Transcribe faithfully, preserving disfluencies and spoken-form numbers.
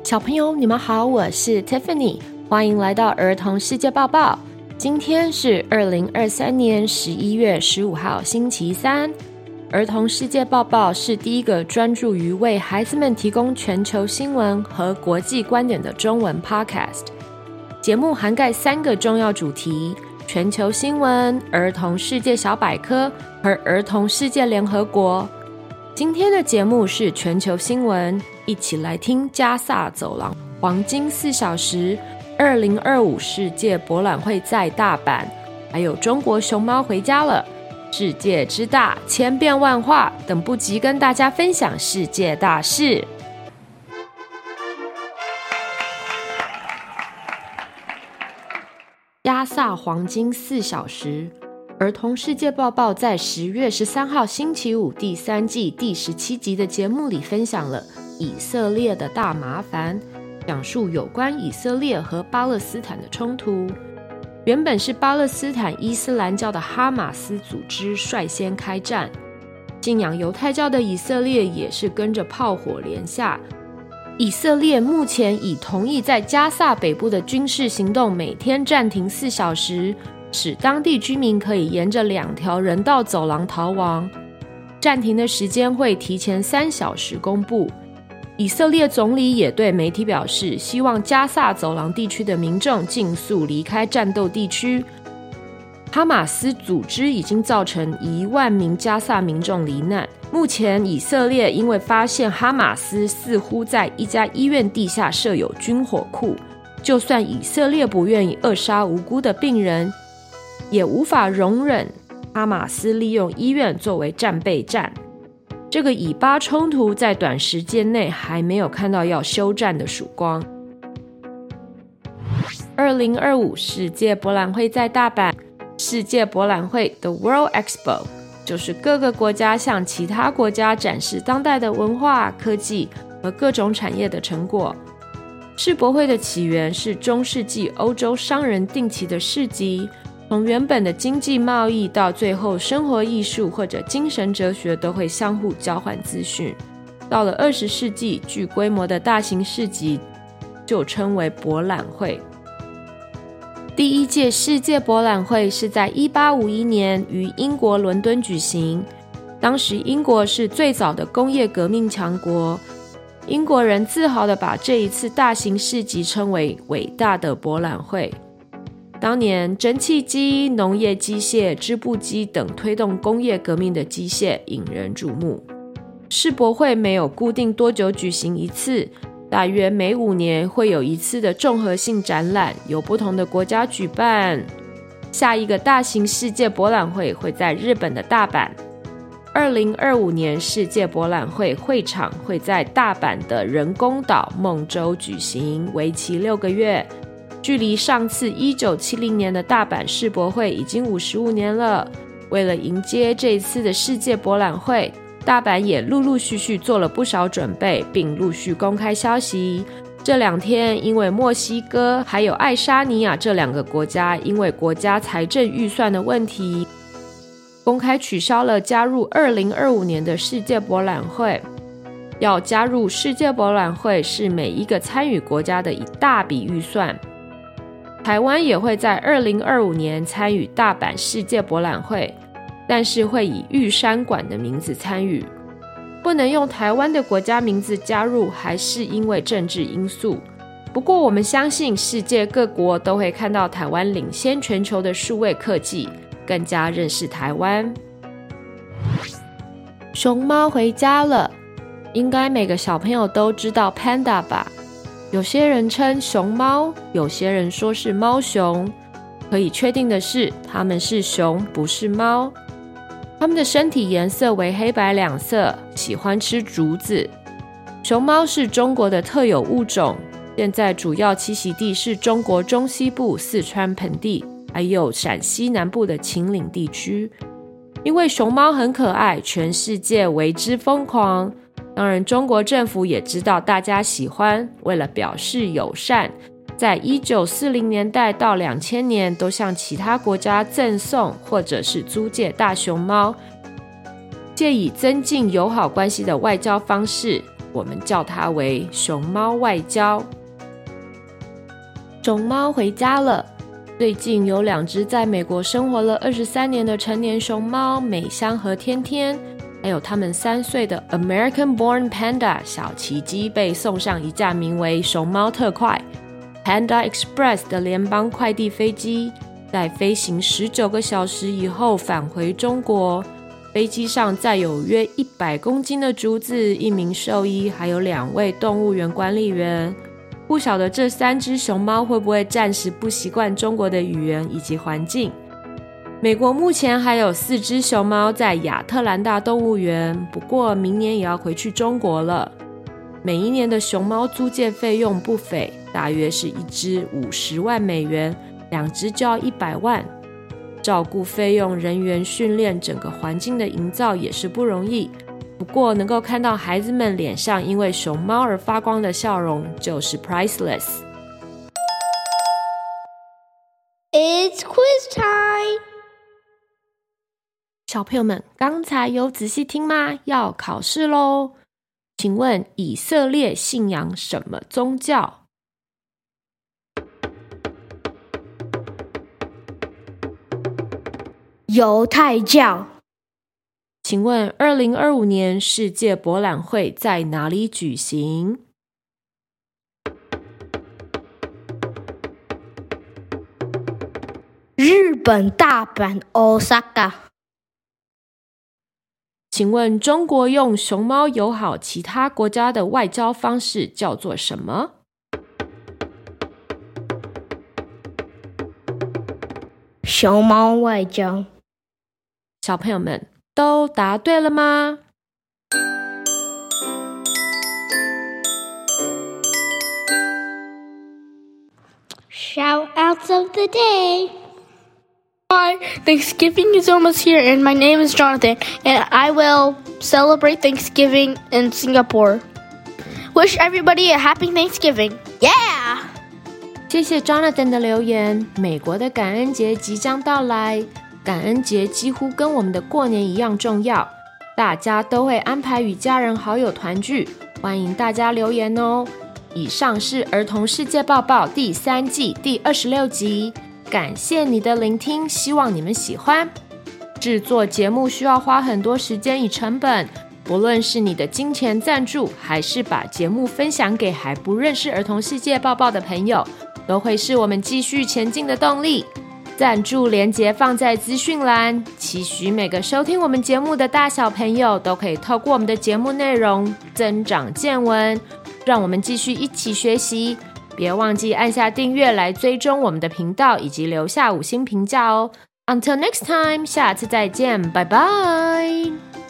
小朋友你们好，我是 Tiffany， 欢迎来到儿童世界报报。今天是二零二三年十一月十五号星期三。儿童世界报报是第一个专注于为孩子们提供全球新闻和国际观点的中文 podcast。 节目涵盖三个重要主题：全球新闻、儿童世界小百科和儿童世界联合国。今天的节目是全球新闻，一起来听加萨走廊黄金四小时，二零二五世界博览会在大阪，还有中国熊猫回家了，世界之大，千变万化，等不及跟大家分享世界大事。加萨黄金四小时，儿童世界报报在十月十三号星期五第三季第十七集的节目里分享了以色列的大麻烦，讲述有关以色列和巴勒斯坦的冲突。原本是巴勒斯坦伊斯兰教的哈马斯组织率先开战，信仰犹太教的以色列也是跟着炮火连下。以色列目前已同意在加萨北部的军事行动每天暂停四小时，使当地居民可以沿着两条人道走廊逃亡。暂停的时间会提前三小时公布。以色列总理也对媒体表示，希望加萨走廊地区的民众尽速离开战斗地区。哈马斯组织已经造成一万名加萨民众罹难。目前以色列因为发现哈马斯似乎在一家医院地下设有军火库，就算以色列不愿意扼杀无辜的病人，也无法容忍哈马斯利用医院作为战备战。这个以巴冲突在短时间内还没有看到要休战的曙光。二零二五世界博览会在大阪。世界博览会 The World Expo 就是各个国家向其他国家展示当代的文化、科技和各种产业的成果。世博会的起源是中世纪欧洲商人定期的市集，从原本的经济贸易到最后生活艺术或者精神哲学都会相互交换资讯。到了二十世纪，具规模的大型市集就称为博览会。第一届世界博览会是在一八五一年于英国伦敦举行，当时英国是最早的工业革命强国，英国人自豪地把这一次大型市集称为伟大的博览会。当年蒸汽机、农业机械、织布机等推动工业革命的机械引人瞩目。世博会没有固定多久举行一次，大约每五年会有一次的综合性展览，由不同的国家举办。下一个大型世界博览会会在日本的大阪。二零二五年世界博览会会场会在大阪的人工岛梦洲举行，为期六个月。距离上次一九七零年的大阪世博会已经五十五年了。为了迎接这一次的世界博览会，大阪也陆陆续续做了不少准备，并陆续公开消息。这两天因为墨西哥还有爱沙尼亚这两个国家因为国家财政预算的问题，公开取消了加入二零二五年的世界博览会。要加入世界博览会是每一个参与国家的一大笔预算。台湾也会在二零二五年参与大阪世界博览会，但是会以玉山馆的名字参与，不能用台湾的国家名字加入，还是因为政治因素。不过我们相信世界各国都会看到台湾领先全球的数位科技，更加认识台湾。熊猫回家了，应该每个小朋友都知道 Panda 吧？有些人称熊猫，有些人说是猫熊。可以确定的是，它们是熊，不是猫。它们的身体颜色为黑白两色，喜欢吃竹子。熊猫是中国的特有物种，现在主要栖息地是中国中西部四川盆地，还有陕西南部的秦岭地区。因为熊猫很可爱，全世界为之疯狂。当然，中国政府也知道大家喜欢，为了表示友善，在一九四零年代到两千年都向其他国家赠送或者是租借大熊猫，借以增进友好关系的外交方式， 我们叫它为熊猫外交。熊猫回家了。最近有两只在美国生活了二十三年的成年熊猫美香和天天，还有他们三岁的 American Born Panda 小奇迹被送上一架名为熊猫特快 Panda Express 的联邦快递飞机，在飞行十九个小时以后返回中国。飞机上载有约一百公斤的竹子，一名兽医，还有两位动物园管理员。不晓得这三只熊猫会不会暂时不习惯中国的语言以及环境。美国目前还有四只熊猫在亚特兰大动物园，不过明年也要回去中国了。每一年的熊猫租借费用不菲，大约是一只五十万美元，两只就要一百万。照顾费用、人员训练、整个环境的营造也是不容易。不过能够看到孩子们脸上因为熊猫而发光的笑容，就是 priceless。 It's quiz time！ 小朋友们，刚才有仔细听吗？要考试咯。请问以色列信仰什么宗教？ 犹太教。 请问二零二五年世界博览会在哪里举行？ 日本大阪 Osaka。 请问中国用熊猫友好其他国家的外交方式叫做什么？ 熊猫外交。 小朋友们都答对了吗？ Shout-outs of the day. Hi, Thanksgiving is almost here, and my name is Jonathan, and I will celebrate Thanksgiving in Singapore. Wish everybody a happy Thanksgiving. Yeah! 谢谢 Jonathan 的留言。美国的感恩节即将到来，感恩节几乎跟我们的过年一样重要，大家都会安排与家人好友团聚，欢迎大家留言哦。以上是儿童世界报报第三季第二十六集，感谢你的聆听，希望你们喜欢。制作节目需要花很多时间与成本，不论是你的金钱赞助，还是把节目分享给还不认识儿童世界报报的朋友，都会是我们继续前进的动力。赞助连结放在资讯栏，期许每个收听我们节目的大小朋友都可以透过我们的节目内容增长见闻，让我们继续一起学习。别忘记按下订阅来追踪我们的频道，以及留下五星评价哦。Until next time， 下次再见，拜拜。